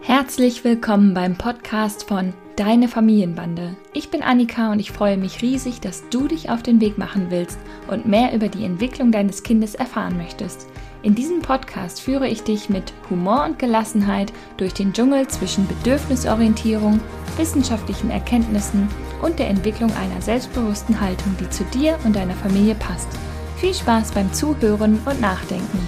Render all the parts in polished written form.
Herzlich willkommen beim Podcast von Deine Familienbande. Ich bin Annika und ich freue mich riesig, dass du dich auf den Weg machen willst und mehr über die Entwicklung deines Kindes erfahren möchtest. In diesem Podcast führe ich dich mit Humor und Gelassenheit durch den Dschungel zwischen Bedürfnisorientierung, wissenschaftlichen Erkenntnissen und der Entwicklung einer selbstbewussten Haltung, die zu dir und deiner Familie passt. Viel Spaß beim Zuhören und Nachdenken.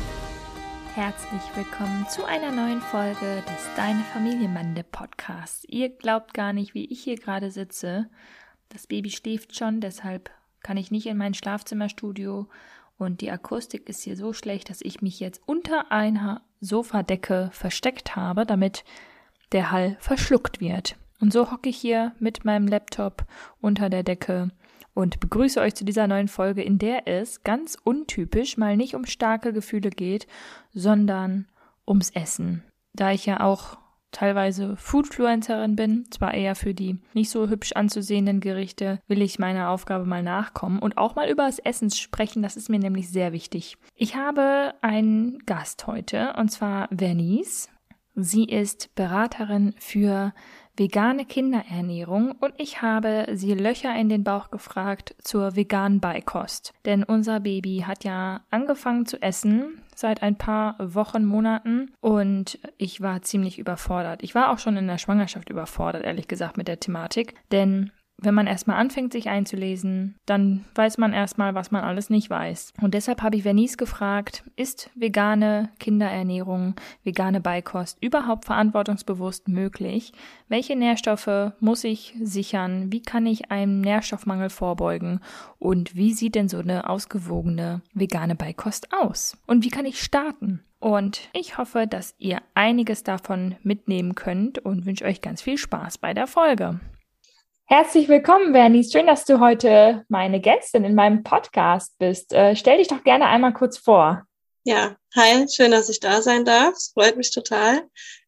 Herzlich willkommen zu einer neuen Folge des Deine Familienbande Podcasts. Ihr glaubt gar nicht, wie ich hier gerade sitze. Das Baby schläft schon, deshalb kann ich nicht in mein Schlafzimmerstudio und die Akustik ist hier so schlecht, dass ich mich jetzt unter einer Sofadecke versteckt habe, damit der Hall verschluckt wird. Und so hocke ich hier mit meinem Laptop unter der Decke und begrüße euch zu dieser neuen Folge, in der es ganz untypisch mal nicht um starke Gefühle geht, sondern ums Essen. Da ich ja auch teilweise Foodfluencerin bin, zwar eher für die nicht so hübsch anzusehenden Gerichte, will ich meiner Aufgabe mal nachkommen und auch mal über das Essen sprechen, das ist mir nämlich sehr wichtig. Ich habe einen Gast heute, und zwar Vernice. Sie ist Beraterin für vegane Kinderernährung und ich habe sie Löcher in den Bauch gefragt zur veganen Beikost. Denn unser Baby hat ja angefangen zu essen seit ein paar Wochen, Monaten und ich war ziemlich überfordert. Ich war auch schon in der Schwangerschaft überfordert, ehrlich gesagt, mit der Thematik, denn wenn man erstmal anfängt, sich einzulesen, dann weiß man erstmal, was man alles nicht weiß. Und deshalb habe ich Vernice gefragt, ist vegane Kinderernährung, vegane Beikost überhaupt verantwortungsbewusst möglich? Welche Nährstoffe muss ich sichern? Wie kann ich einem Nährstoffmangel vorbeugen? Und wie sieht denn so eine ausgewogene vegane Beikost aus? Und wie kann ich starten? Und ich hoffe, dass ihr einiges davon mitnehmen könnt und wünsche euch ganz viel Spaß bei der Folge. Herzlich willkommen, Vernice. Schön, dass du heute meine Gästin in meinem Podcast bist. Stell dich doch gerne einmal kurz vor. Ja, hi, schön, dass ich da sein darf. Es freut mich total.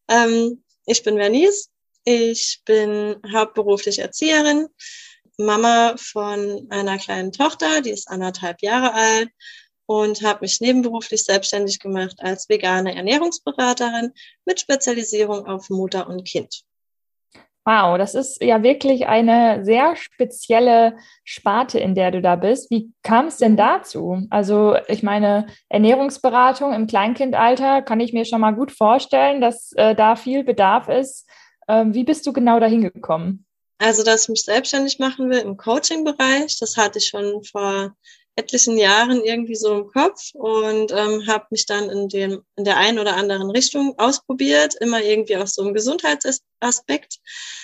Ich bin Vernice. Ich bin hauptberuflich Erzieherin, Mama von einer kleinen Tochter, die ist 1,5 Jahre alt und habe mich nebenberuflich selbstständig gemacht als vegane Ernährungsberaterin mit Spezialisierung auf Mutter und Kind. Wow, das ist ja wirklich eine sehr spezielle Sparte, in der du da bist. Wie kam es denn dazu? Also ich meine, Ernährungsberatung im Kleinkindalter kann ich mir schon mal gut vorstellen, dass da viel Bedarf ist. Wie bist du genau dahin gekommen? Also, dass ich mich selbstständig machen will im Coaching-Bereich, das hatte ich schon vor etlichen Jahren irgendwie so im Kopf und habe mich dann in der einen oder anderen Richtung ausprobiert, immer irgendwie auch so im Gesundheitsaspekt.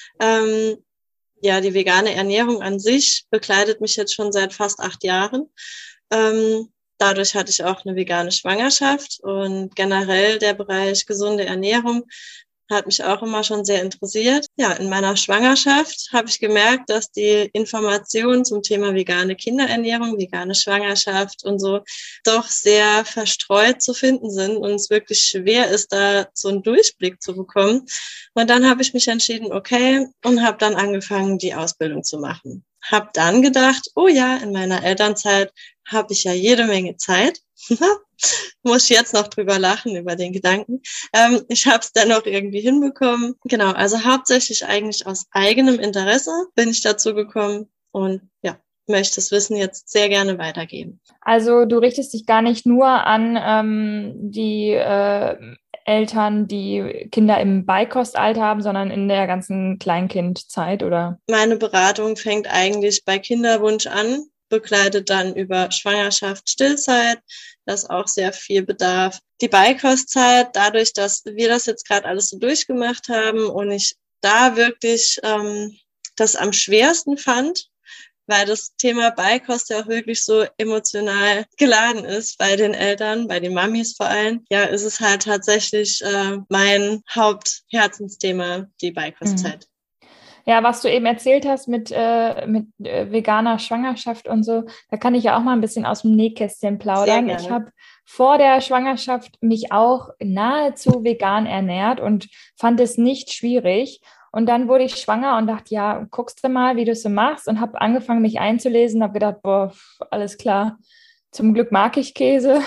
Die vegane Ernährung an sich begleitet mich jetzt schon seit fast 8 Jahren. Dadurch hatte ich auch eine vegane Schwangerschaft und generell der Bereich gesunde Ernährung hat mich auch immer schon sehr interessiert. Ja, in meiner Schwangerschaft habe ich gemerkt, dass die Informationen zum Thema vegane Kinderernährung, vegane Schwangerschaft und so doch sehr verstreut zu finden sind und es wirklich schwer ist, da so einen Durchblick zu bekommen. Und dann habe ich mich entschieden, okay, und habe dann angefangen, die Ausbildung zu machen. Habe dann gedacht, oh ja, in meiner Elternzeit habe ich ja jede Menge Zeit. Muss ich jetzt noch drüber lachen, über den Gedanken. Ich habe es dennoch irgendwie hinbekommen. Genau, also hauptsächlich eigentlich aus eigenem Interesse bin ich dazu gekommen und ja, möchte das Wissen jetzt sehr gerne weitergeben. Also du richtest dich gar nicht nur an die Eltern, die Kinder im Beikostalter haben, sondern in der ganzen Kleinkindzeit, oder? Meine Beratung fängt eigentlich bei Kinderwunsch an, begleitet dann über Schwangerschaft, Stillzeit, das auch sehr viel bedarf. Die Beikostzeit, dadurch, dass wir das jetzt gerade alles so durchgemacht haben und ich da wirklich das am schwersten fand, weil das Thema Beikost ja auch wirklich so emotional geladen ist bei den Eltern, bei den Mamis vor allem. Ja, ist es halt tatsächlich mein Hauptherzensthema, die Beikostzeit. Ja, was du eben erzählt hast mit veganer Schwangerschaft und so, da kann ich ja auch mal ein bisschen aus dem Nähkästchen plaudern. Ich habe vor der Schwangerschaft mich auch nahezu vegan ernährt und fand es nicht schwierig. Und dann wurde ich schwanger und dachte, ja, guckst du mal, wie du es so machst, und habe angefangen, mich einzulesen, habe gedacht, boah, alles klar, Zum Glück mag ich Käse,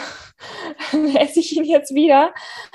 esse ich ihn jetzt wieder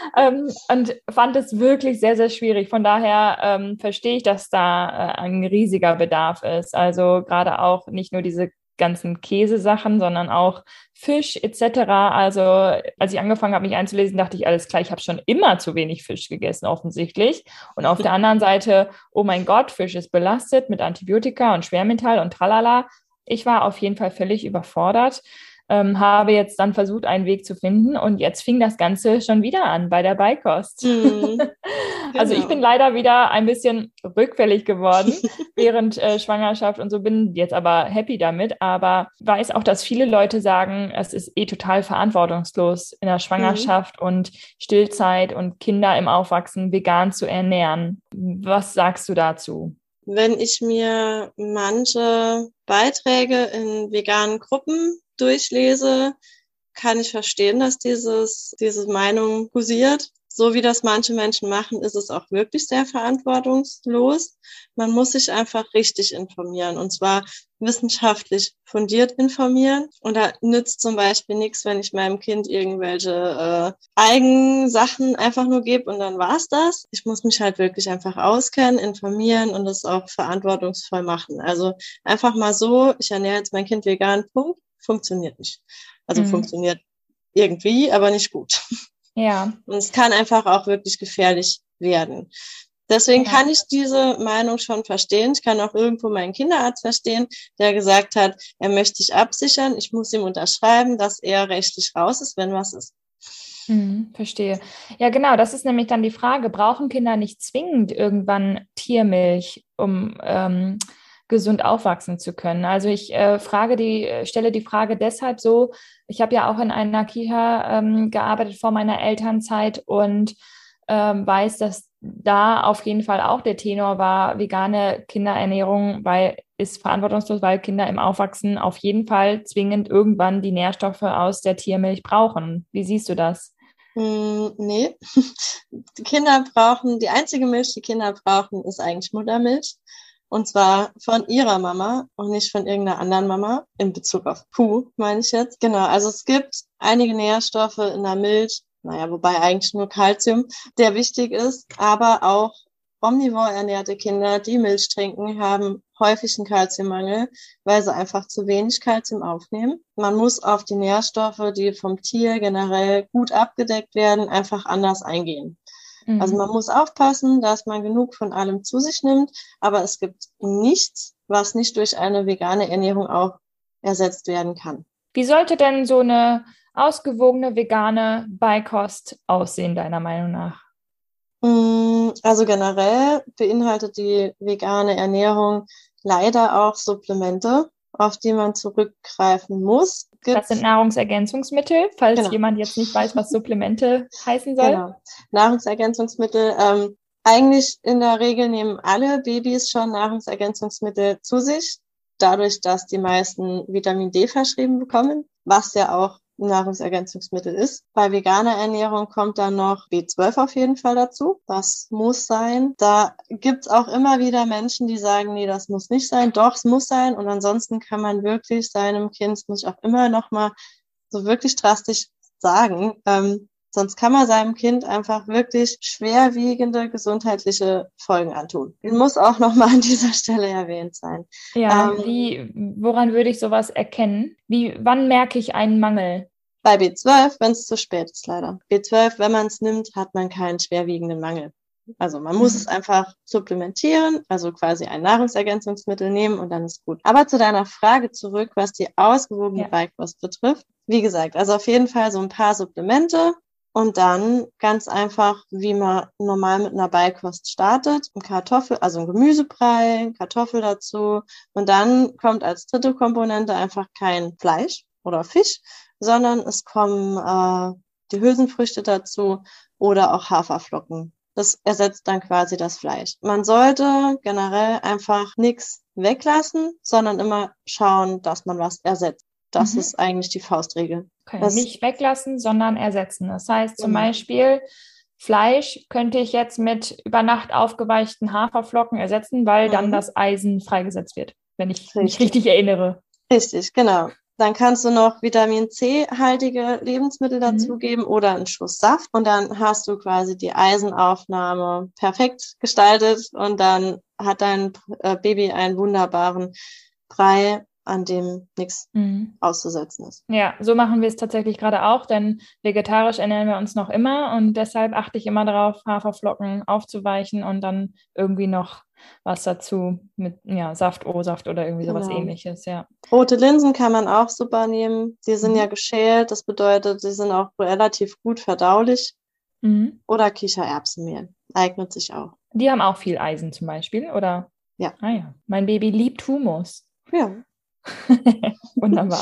und fand es wirklich sehr, sehr schwierig. Von daher verstehe ich, dass da ein riesiger Bedarf ist. Also gerade auch nicht nur diese ganzen Käsesachen, sondern auch Fisch etc. Also als ich angefangen habe, mich einzulesen, dachte ich, alles klar, ich habe schon immer zu wenig Fisch gegessen, offensichtlich. Und auf der anderen Seite, oh mein Gott, Fisch ist belastet mit Antibiotika und Schwermetall und tralala. Ich war auf jeden Fall völlig überfordert. Habe jetzt dann versucht, einen Weg zu finden und jetzt fing das Ganze schon wieder an bei der Beikost. Mhm, Also ich bin genau. leider wieder ein bisschen rückfällig geworden während Schwangerschaft und so, bin jetzt aber happy damit, aber weiß auch, dass viele Leute sagen, es ist total verantwortungslos in der Mhm. Schwangerschaft und Stillzeit und Kinder im Aufwachsen vegan zu ernähren. Was sagst du dazu? Wenn ich mir manche Beiträge in veganen Gruppen durchlese, kann ich verstehen, dass diese Meinung kursiert. So wie das manche Menschen machen, ist es auch wirklich sehr verantwortungslos. Man muss sich einfach richtig informieren, und zwar wissenschaftlich fundiert informieren. Und da nützt zum Beispiel nichts, wenn ich meinem Kind irgendwelche Eigensachen einfach nur gebe und dann war's das. Ich muss mich halt wirklich einfach auskennen, informieren und das auch verantwortungsvoll machen. Also einfach mal so, ich ernähre jetzt mein Kind vegan, Punkt, funktioniert nicht. Also Mhm. funktioniert irgendwie, aber nicht gut. Ja, Und es kann einfach auch wirklich gefährlich werden. Deswegen ja. kann ich diese Meinung schon verstehen. Ich kann auch irgendwo meinen Kinderarzt verstehen, der gesagt hat, er möchte sich absichern. Ich muss ihm unterschreiben, dass er rechtlich raus ist, wenn was ist. Verstehe. Ja, genau, das ist nämlich dann die Frage, brauchen Kinder nicht zwingend irgendwann Tiermilch, um gesund aufwachsen zu können? Also ich stelle die Frage deshalb so, ich habe ja auch in einer Kita gearbeitet vor meiner Elternzeit und weiß, dass da auf jeden Fall auch der Tenor war, vegane Kinderernährung, weil ist verantwortungslos, weil Kinder im Aufwachsen auf jeden Fall zwingend irgendwann die Nährstoffe aus der Tiermilch brauchen. Wie siehst du das? Nee, die einzige Milch, die Kinder brauchen, ist eigentlich Muttermilch. Und zwar von ihrer Mama und nicht von irgendeiner anderen Mama, in Bezug auf Kuh, meine ich jetzt. Genau, also es gibt einige Nährstoffe in der Milch, naja, wobei eigentlich nur Kalzium, der wichtig ist, aber auch omnivor ernährte Kinder, die Milch trinken, haben häufig einen Kalziummangel, weil sie einfach zu wenig Kalzium aufnehmen. Man muss auf die Nährstoffe, die vom Tier generell gut abgedeckt werden, einfach anders eingehen. Also man Mhm. muss aufpassen, dass man genug von allem zu sich nimmt, aber es gibt nichts, was nicht durch eine vegane Ernährung auch ersetzt werden kann. Wie sollte denn so eine ausgewogene vegane Beikost aussehen, deiner Meinung nach? Also generell beinhaltet die vegane Ernährung leider auch Supplemente, auf die man zurückgreifen muss. Das sind Gibt's, Nahrungsergänzungsmittel, falls genau. jemand jetzt nicht weiß, was Supplemente heißen soll. Genau. Nahrungsergänzungsmittel. Eigentlich in der Regel nehmen alle Babys schon Nahrungsergänzungsmittel zu sich, dadurch, dass die meisten Vitamin D verschrieben bekommen, was ja auch ein Nahrungsergänzungsmittel ist. Bei veganer Ernährung kommt dann noch B12 auf jeden Fall dazu. Das muss sein. Da gibt's auch immer wieder Menschen, die sagen, nee, das muss nicht sein. Doch, es muss sein. Und ansonsten kann man wirklich seinem Kind, das muss ich auch immer noch mal so wirklich drastisch sagen, sonst kann man seinem Kind einfach wirklich schwerwiegende gesundheitliche Folgen antun. Muss auch nochmal an dieser Stelle erwähnt sein. Ja, woran würde ich sowas erkennen? Wann merke ich einen Mangel? Bei B12, wenn es zu spät ist, leider. B12, wenn man es nimmt, hat man keinen schwerwiegenden Mangel. Also man muss es Mhm. einfach supplementieren, also quasi ein Nahrungsergänzungsmittel nehmen und dann ist gut. Aber zu deiner Frage zurück, was die ausgewogene Ja. Beikost betrifft. Wie gesagt, also auf jeden Fall so ein paar Supplemente und dann ganz einfach, wie man normal mit einer Beikost startet. Also ein Gemüsebrei, Kartoffel dazu und dann kommt als dritte Komponente einfach kein Fleisch oder Fisch, sondern es kommen die Hülsenfrüchte dazu oder auch Haferflocken. Das ersetzt dann quasi das Fleisch. Man sollte generell einfach nichts weglassen, sondern immer schauen, dass man was ersetzt. Das Mhm. ist eigentlich die Faustregel. Okay, Das, nicht weglassen, sondern ersetzen. Das heißt zum genau. Beispiel, Fleisch könnte ich jetzt mit über Nacht aufgeweichten Haferflocken ersetzen, weil dann Mhm. das Eisen freigesetzt wird, wenn ich mich Richtig. richtig erinnere. Richtig, genau. Dann kannst du noch Vitamin C-haltige Lebensmittel dazugeben oder einen Schuss Saft. Und dann hast du quasi die Eisenaufnahme perfekt gestaltet. Und dann hat dein Baby einen wunderbaren Brei, an dem nichts auszusetzen ist. Ja, so machen wir es tatsächlich gerade auch, denn vegetarisch ernähren wir uns noch immer und deshalb achte ich immer darauf, Haferflocken aufzuweichen und dann irgendwie noch was dazu mit Saft, O-Saft oder irgendwie sowas Ähnliches, ja. Rote Linsen kann man auch super nehmen. Die sind ja geschält, das bedeutet, sie sind auch relativ gut verdaulich. Oder Kichererbsenmehl, eignet sich auch. Die haben auch viel Eisen zum Beispiel, oder? Ja. Ah ja, mein Baby liebt Hummus. Ja. Wunderbar.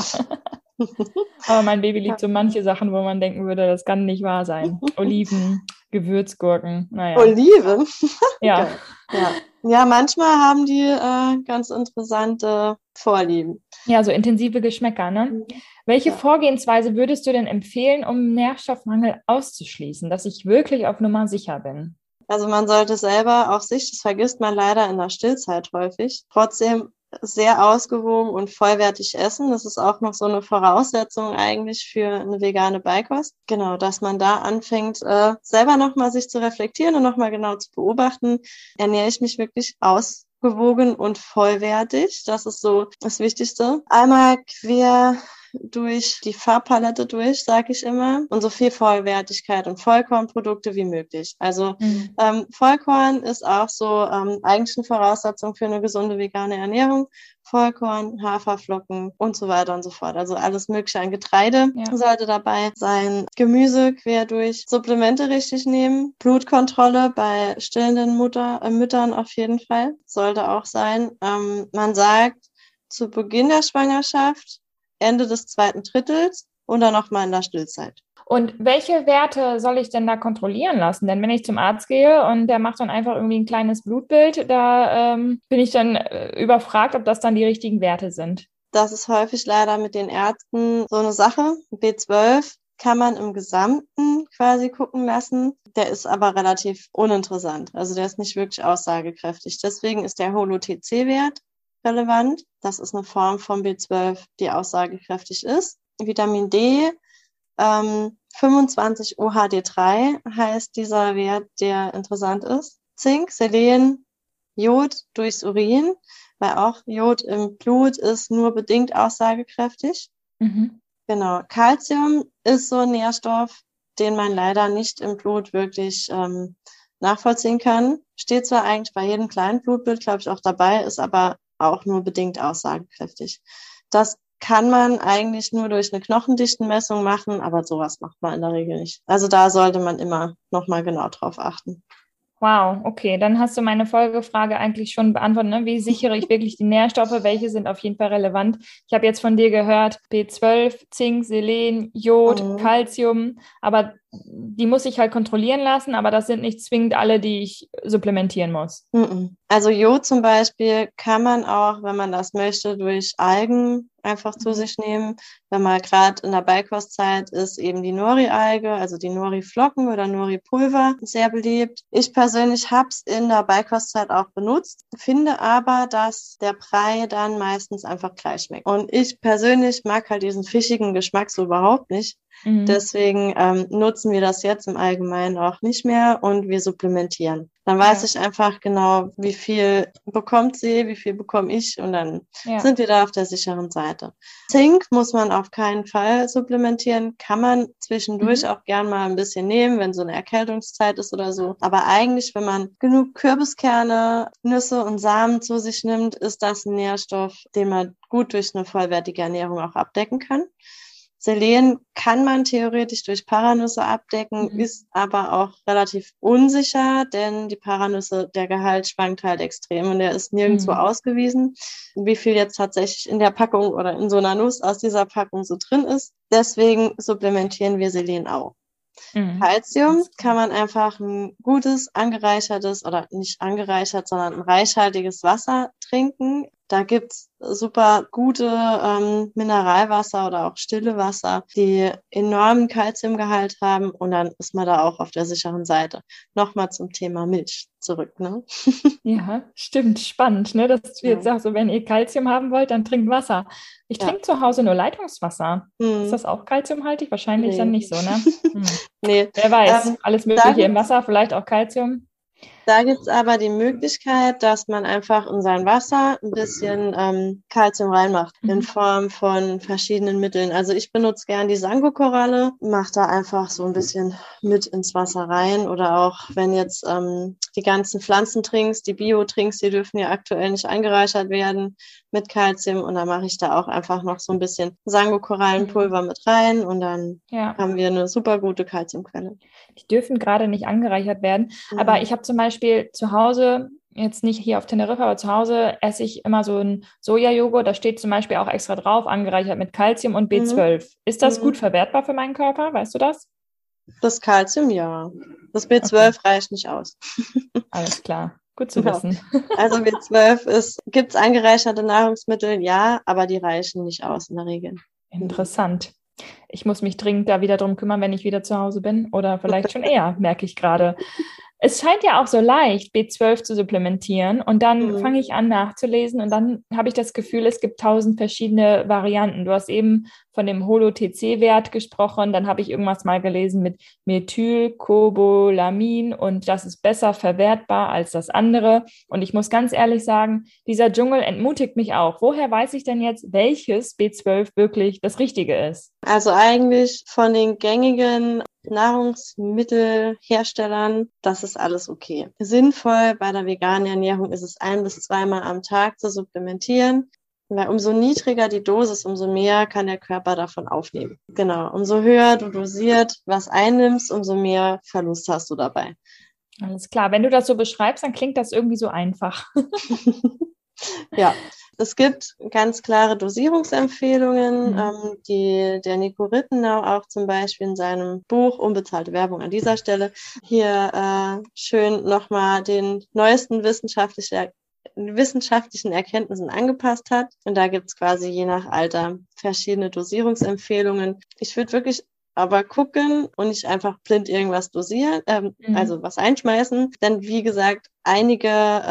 Aber mein Baby liebt so manche Sachen, wo man denken würde, das kann nicht wahr sein. Oliven, Gewürzgurken, naja. Oliven? Ja. Ja, manchmal haben die ganz interessante Vorlieben. Ja, so intensive Geschmäcker, ne? Welche Vorgehensweise würdest du denn empfehlen, um Nährstoffmangel auszuschließen, dass ich wirklich auf Nummer sicher bin? Also man sollte selber auf sich, das vergisst man leider in der Stillzeit häufig, trotzdem sehr ausgewogen und vollwertig essen. Das ist auch noch so eine Voraussetzung eigentlich für eine vegane Beikost. Genau, dass man da anfängt, selber nochmal sich zu reflektieren und nochmal genau zu beobachten, ernähre ich mich wirklich ausgewogen und vollwertig. Das ist so das Wichtigste. Einmal quer durch die Farbpalette durch, sage ich immer, und so viel Vollwertigkeit und Vollkornprodukte wie möglich. Also Vollkorn ist auch so eigentlich eine Voraussetzung für eine gesunde vegane Ernährung. Vollkorn, Haferflocken und so weiter und so fort. Also alles Mögliche an Getreide sollte dabei sein. Gemüse quer durch, Supplemente richtig nehmen, Blutkontrolle bei stillenden Müttern auf jeden Fall sollte auch sein. Man sagt, zu Beginn der Schwangerschaft, Ende des 2. Drittels und dann nochmal in der Stillzeit. Und welche Werte soll ich denn da kontrollieren lassen? Denn wenn ich zum Arzt gehe und der macht dann einfach irgendwie ein kleines Blutbild, da bin ich dann überfragt, ob das dann die richtigen Werte sind. Das ist häufig leider mit den Ärzten so eine Sache. B12 kann man im Gesamten quasi gucken lassen. Der ist aber relativ uninteressant. Also der ist nicht wirklich aussagekräftig. Deswegen ist der Holo-TC-Wert relevant. Das ist eine Form von B12, die aussagekräftig ist. Vitamin D, 25 OHD3 heißt dieser Wert, der interessant ist. Zink, Selen, Jod durchs Urin, weil auch Jod im Blut ist nur bedingt aussagekräftig. Genau. Calcium ist so ein Nährstoff, den man leider nicht im Blut wirklich nachvollziehen kann. Steht zwar eigentlich bei jedem kleinen Blutbild, glaube ich, auch dabei, ist aber auch nur bedingt aussagekräftig. Das kann man eigentlich nur durch eine Knochendichtenmessung machen, aber sowas macht man in der Regel nicht. Also da sollte man immer nochmal genau drauf achten. Wow, okay, dann hast du meine Folgefrage eigentlich schon beantwortet, ne? Wie sichere ich wirklich die Nährstoffe? Welche sind auf jeden Fall relevant? Ich habe jetzt von dir gehört, B12, Zink, Selen, Jod, Calcium, aber die muss ich halt kontrollieren lassen, aber das sind nicht zwingend alle, die ich supplementieren muss. Also Jod zum Beispiel kann man auch, wenn man das möchte, durch Algen einfach zu sich nehmen. Wenn man gerade in der Beikostzeit ist, eben die Nori-Alge, also die Nori-Flocken oder Nori-Pulver, sehr beliebt. Ich persönlich habe es in der Beikostzeit auch benutzt, finde aber, dass der Brei dann meistens einfach gleich schmeckt. Und ich persönlich mag halt diesen fischigen Geschmack so überhaupt nicht. Deswegen nutzen wir das jetzt im Allgemeinen auch nicht mehr und wir supplementieren. Dann weiß ich einfach genau, wie viel bekommt sie, wie viel bekomme ich und dann sind wir da auf der sicheren Seite. Zink muss man auf keinen Fall supplementieren, kann man zwischendurch auch gern mal ein bisschen nehmen, wenn so eine Erkältungszeit ist oder so. Aber eigentlich, wenn man genug Kürbiskerne, Nüsse und Samen zu sich nimmt, ist das ein Nährstoff, den man gut durch eine vollwertige Ernährung auch abdecken kann. Selen kann man theoretisch durch Paranüsse abdecken, ist aber auch relativ unsicher, denn die Paranüsse, der Gehalt schwankt halt extrem und der ist nirgendwo ausgewiesen, wie viel jetzt tatsächlich in der Packung oder in so einer Nuss aus dieser Packung so drin ist. Deswegen supplementieren wir Selen auch. Calcium kann man einfach ein gutes, angereichertes oder nicht angereichert, sondern ein reichhaltiges Wasser trinken. Da gibt's super gute Mineralwasser oder auch stille Wasser, die enormen Kalziumgehalt haben und dann ist man da auch auf der sicheren Seite. Nochmal zum Thema Milch zurück, ne? Ja, stimmt, spannend, ne? Dass du jetzt Ja. sagst, so, wenn ihr Kalzium haben wollt, dann trinkt Wasser. Ich Ja. trinke zu Hause nur Leitungswasser. Ist Hm. das auch kalziumhaltig? Wahrscheinlich dann Nee. nicht so, ne? Hm. Nee. Wer weiß, alles Mögliche im Da Wasser, vielleicht auch Kalzium. Da gibt's aber die Möglichkeit, dass man einfach in sein Wasser ein bisschen Kalzium reinmacht, in Mhm. Form von verschiedenen Mitteln. Also ich benutze gern die Sango-Koralle, mache da einfach so ein bisschen mit ins Wasser rein. Oder auch, wenn jetzt die ganzen Pflanzen trinkst, die Bio-Trinks, die dürfen ja aktuell nicht angereichert werden mit Kalzium. Und dann mache ich da auch einfach noch so ein bisschen Sango-Korallenpulver mit rein und dann Ja, haben wir eine super gute Kalziumquelle. die dürfen gerade nicht angereichert werden. Aber ich habe zum Beispiel zu Hause, jetzt nicht hier auf Teneriffa, aber zu Hause esse ich immer so einen Sojajoghurt. Da steht zum Beispiel auch extra drauf, angereichert mit Kalzium und Mhm. B12. Ist das gut Mhm. verwertbar für meinen Körper? Weißt du das? Das Kalzium, ja. Das Okay, B12 reicht nicht aus. alles klar. Gut zu Genau. wissen. Also B12 gibt's angereicherte Nahrungsmittel, ja, aber die reichen nicht aus in der Regel. Interessant. Ich muss mich dringend da wieder drum kümmern, wenn ich wieder zu Hause bin. Oder vielleicht schon eher, merke ich gerade. Es scheint ja auch so leicht, B12 zu supplementieren. Und dann Mhm. fange ich an nachzulesen und dann habe ich das Gefühl, es gibt 1000 verschiedene Varianten. Du hast eben von dem Holo-TC-Wert gesprochen. Dann habe ich irgendwas mal gelesen mit Methylcobalamin und das ist besser verwertbar als das andere. Und ich muss ganz ehrlich sagen, dieser Dschungel entmutigt mich auch. Woher weiß ich denn jetzt, welches B12 wirklich das Richtige ist? Also eigentlich von den gängigen Nahrungsmittelherstellern, das ist alles okay. Sinnvoll bei der veganen Ernährung ist es 1 bis 2 Mal am Tag zu supplementieren. Weil umso niedriger die Dosis, umso mehr kann der Körper davon aufnehmen. Genau. Umso höher du dosiert was einnimmst, umso mehr Verlust hast du dabei. Alles klar. Wenn du das so beschreibst, dann klingt das irgendwie so einfach. Ja, es gibt ganz klare Dosierungsempfehlungen, die der Nico Rittenau auch zum Beispiel in seinem Buch Unbezahlte Werbung an dieser Stelle hier schön nochmal den neuesten wissenschaftlichen Erkenntnissen angepasst hat. Und da gibt's quasi je nach Alter verschiedene Dosierungsempfehlungen. Ich würde wirklich aber gucken und nicht einfach blind irgendwas dosieren, also was einschmeißen. Denn wie gesagt, einige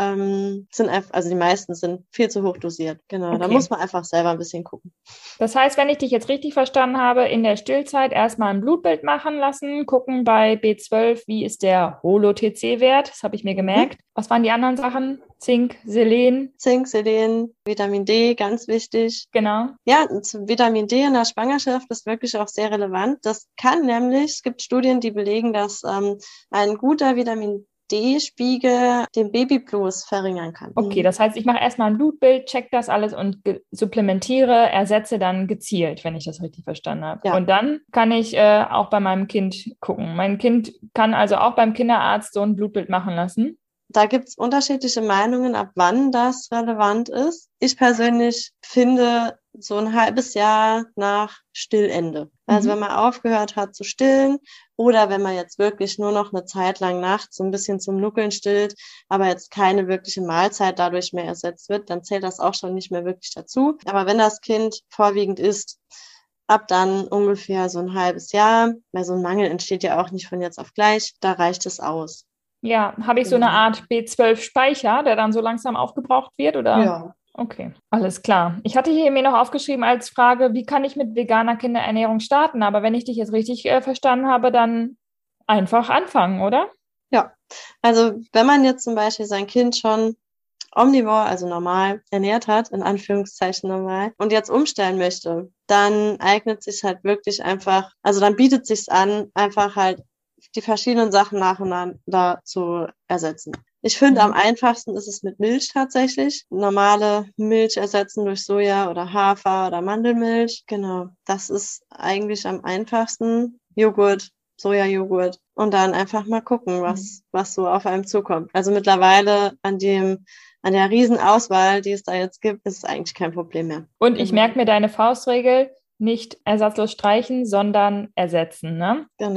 sind einfach, also die meisten sind viel zu hoch dosiert. Genau, da muss man einfach selber ein bisschen gucken. Das heißt, wenn ich dich jetzt richtig verstanden habe, in der Stillzeit erstmal ein Blutbild machen lassen, gucken bei B12, wie ist der Holo-TC-Wert, das habe ich mir gemerkt. Was waren die anderen Sachen? Zink, Selen? Zink, Selen, Vitamin D, ganz wichtig. Genau. Ja, Vitamin D in der Schwangerschaft ist wirklich auch sehr relevant. Das kann nämlich, es gibt Studien, die belegen, dass ein guter Vitamin D-Spiegel den Babyblues verringern kann. Okay, das heißt, ich mache erstmal ein Blutbild, check das alles und supplementiere, ersetze dann gezielt, wenn ich das richtig verstanden habe. Ja. Und dann kann ich auch bei meinem Kind gucken. Mein Kind kann also auch beim Kinderarzt so ein Blutbild machen lassen. Da gibt's unterschiedliche Meinungen, ab wann das relevant ist. Ich persönlich finde so ein halbes Jahr nach Stillende. Also wenn man aufgehört hat zu stillen oder wenn man jetzt wirklich nur noch eine Zeit lang nachts so ein bisschen zum Nuckeln stillt, aber jetzt keine wirkliche Mahlzeit dadurch mehr ersetzt wird, dann zählt das auch schon nicht mehr wirklich dazu. Aber wenn das Kind vorwiegend isst, ab dann ungefähr so ein halbes Jahr, weil so ein Mangel entsteht ja auch nicht von jetzt auf gleich, da reicht es aus. Ja, habe ich so eine Art B12-Speicher, der dann so langsam aufgebraucht wird, oder? Ja. Okay, alles klar. Ich hatte hier mir noch aufgeschrieben als Frage, wie kann ich mit veganer Kinderernährung starten? Aber wenn ich dich jetzt richtig verstanden habe, dann einfach anfangen, oder? Ja, also wenn man jetzt zum Beispiel sein Kind schon omnivor, also normal ernährt hat, in Anführungszeichen normal, und jetzt umstellen möchte, dann eignet sich halt wirklich einfach, also dann bietet sich's an, einfach halt die verschiedenen Sachen nacheinander zu ersetzen. Ich finde, am einfachsten ist es mit Milch tatsächlich. Normale Milch ersetzen durch Soja oder Hafer oder Mandelmilch. Genau, das ist eigentlich am einfachsten. Joghurt, Sojajoghurt und dann einfach mal gucken, was so auf einem zukommt. Also mittlerweile an der Riesenauswahl, die es da jetzt gibt, ist es eigentlich kein Problem mehr. Und ich merke mir deine Faustregel, nicht ersatzlos streichen, sondern ersetzen, ne? Genau.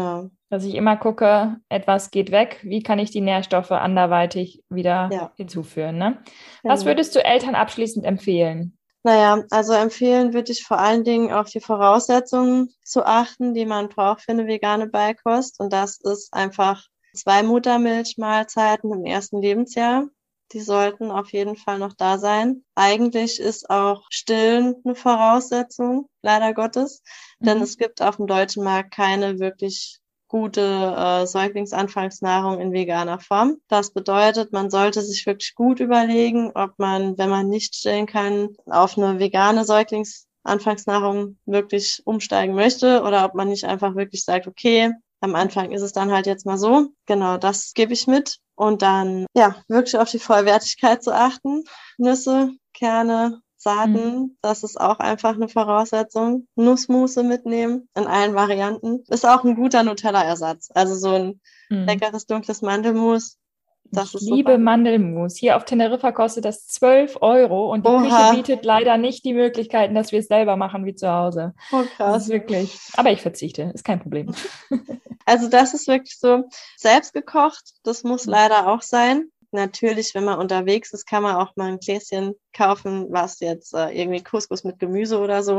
Dass ich immer gucke, etwas geht weg, wie kann ich die Nährstoffe anderweitig wieder hinzuführen, ne? Was würdest du Eltern abschließend empfehlen? Naja, also empfehlen würde ich vor allen Dingen auf die Voraussetzungen zu achten, die man braucht für eine vegane Beikost. Und das ist einfach 2 Muttermilchmahlzeiten im ersten Lebensjahr. Die sollten auf jeden Fall noch da sein. Eigentlich ist auch Stillen eine Voraussetzung, leider Gottes. Denn es gibt auf dem deutschen Markt keine wirklich gute Säuglingsanfangsnahrung in veganer Form. Das bedeutet, man sollte sich wirklich gut überlegen, ob man, wenn man nicht stillen kann, auf eine vegane Säuglingsanfangsnahrung wirklich umsteigen möchte oder ob man nicht einfach wirklich sagt, okay, am Anfang ist es dann halt jetzt mal so. Genau, das gebe ich mit. Und dann, wirklich auf die Vollwertigkeit zu achten. Nüsse, Kerne, Saaten, das ist auch einfach eine Voraussetzung. Nussmusse mitnehmen in allen Varianten. Ist auch ein guter Nutella-Ersatz. Also so ein leckeres, dunkles Mandelmus. Ich liebe Mandelmus. Hier auf Teneriffa kostet das 12 € und die Küche bietet leider nicht die Möglichkeiten, dass wir es selber machen wie zu Hause. Oh, krass. Das ist wirklich, aber ich verzichte, ist kein Problem. Also das ist wirklich so selbst gekocht. Das muss leider auch sein. Natürlich, wenn man unterwegs ist, kann man auch mal ein Gläschen kaufen, was jetzt irgendwie Couscous mit Gemüse oder so.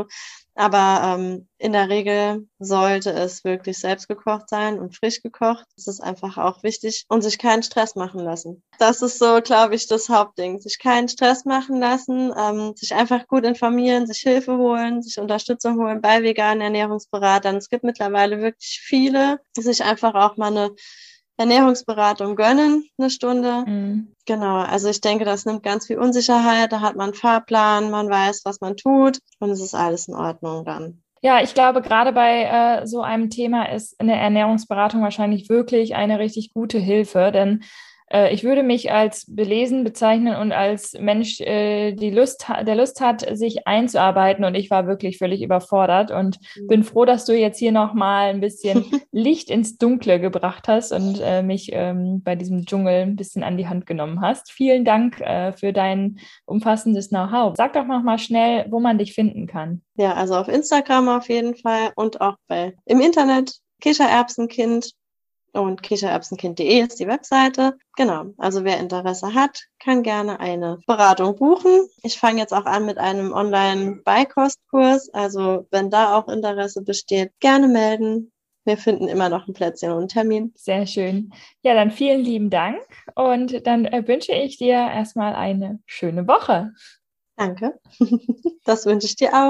Aber in der Regel sollte es wirklich selbst gekocht sein und frisch gekocht. Das ist einfach auch wichtig und sich keinen Stress machen lassen. Das ist so, glaube ich, das Hauptding. Sich keinen Stress machen lassen, sich einfach gut informieren, sich Hilfe holen, sich Unterstützung holen bei veganen Ernährungsberatern. Es gibt mittlerweile wirklich viele, die sich einfach auch mal eine Ernährungsberatung gönnen, eine Stunde. Genau, also ich denke, das nimmt ganz viel Unsicherheit. Da hat man einen Fahrplan, man weiß, was man tut und es ist alles in Ordnung dann. Ja, ich glaube, gerade bei so einem Thema ist eine Ernährungsberatung wahrscheinlich wirklich eine richtig gute Hilfe, denn ich würde mich als belesen bezeichnen und als Mensch, der Lust hat, sich einzuarbeiten. Und ich war wirklich völlig überfordert und bin froh, dass du jetzt hier nochmal ein bisschen Licht ins Dunkle gebracht hast und mich bei diesem Dschungel ein bisschen an die Hand genommen hast. Vielen Dank für dein umfassendes Know-how. Sag doch nochmal schnell, wo man dich finden kann. Ja, also auf Instagram auf jeden Fall und auch im Internet Kichererbsenkind. Und kichererbsenkind.de ist die Webseite. Genau, also wer Interesse hat, kann gerne eine Beratung buchen. Ich fange jetzt auch an mit einem Online-Beikostkurs. Also wenn da auch Interesse besteht, gerne melden. Wir finden immer noch ein Plätzchen und einen Termin. Sehr schön. Ja, dann vielen lieben Dank und dann wünsche ich dir erstmal eine schöne Woche. Danke. Das wünsche ich dir auch.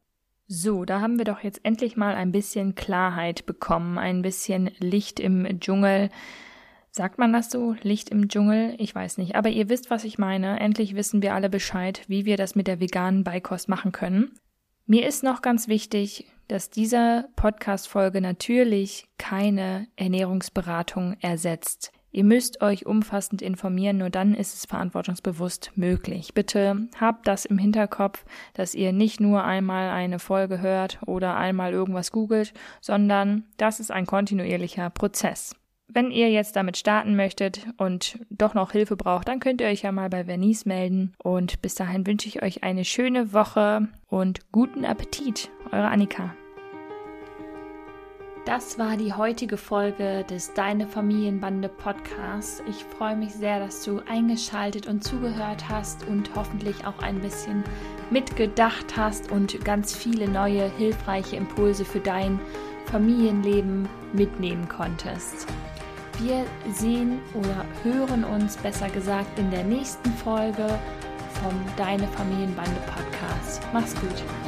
So, da haben wir doch jetzt endlich mal ein bisschen Klarheit bekommen, ein bisschen Licht im Dschungel. Sagt man das so? Licht im Dschungel? Ich weiß nicht, aber ihr wisst, was ich meine. Endlich wissen wir alle Bescheid, wie wir das mit der veganen Beikost machen können. Mir ist noch ganz wichtig, dass diese Podcast-Folge natürlich keine Ernährungsberatung ersetzt. Ihr müsst euch umfassend informieren, nur dann ist es verantwortungsbewusst möglich. Bitte habt das im Hinterkopf, dass ihr nicht nur einmal eine Folge hört oder einmal irgendwas googelt, sondern das ist ein kontinuierlicher Prozess. Wenn ihr jetzt damit starten möchtet und doch noch Hilfe braucht, dann könnt ihr euch ja mal bei Vernice melden. Und bis dahin wünsche ich euch eine schöne Woche und guten Appetit. Eure Annika. Das war die heutige Folge des Deine Familienbande Podcasts. Ich freue mich sehr, dass du eingeschaltet und zugehört hast und hoffentlich auch ein bisschen mitgedacht hast und ganz viele neue, hilfreiche Impulse für dein Familienleben mitnehmen konntest. Wir sehen oder hören uns, besser gesagt, in der nächsten Folge vom Deine Familienbande Podcast. Mach's gut.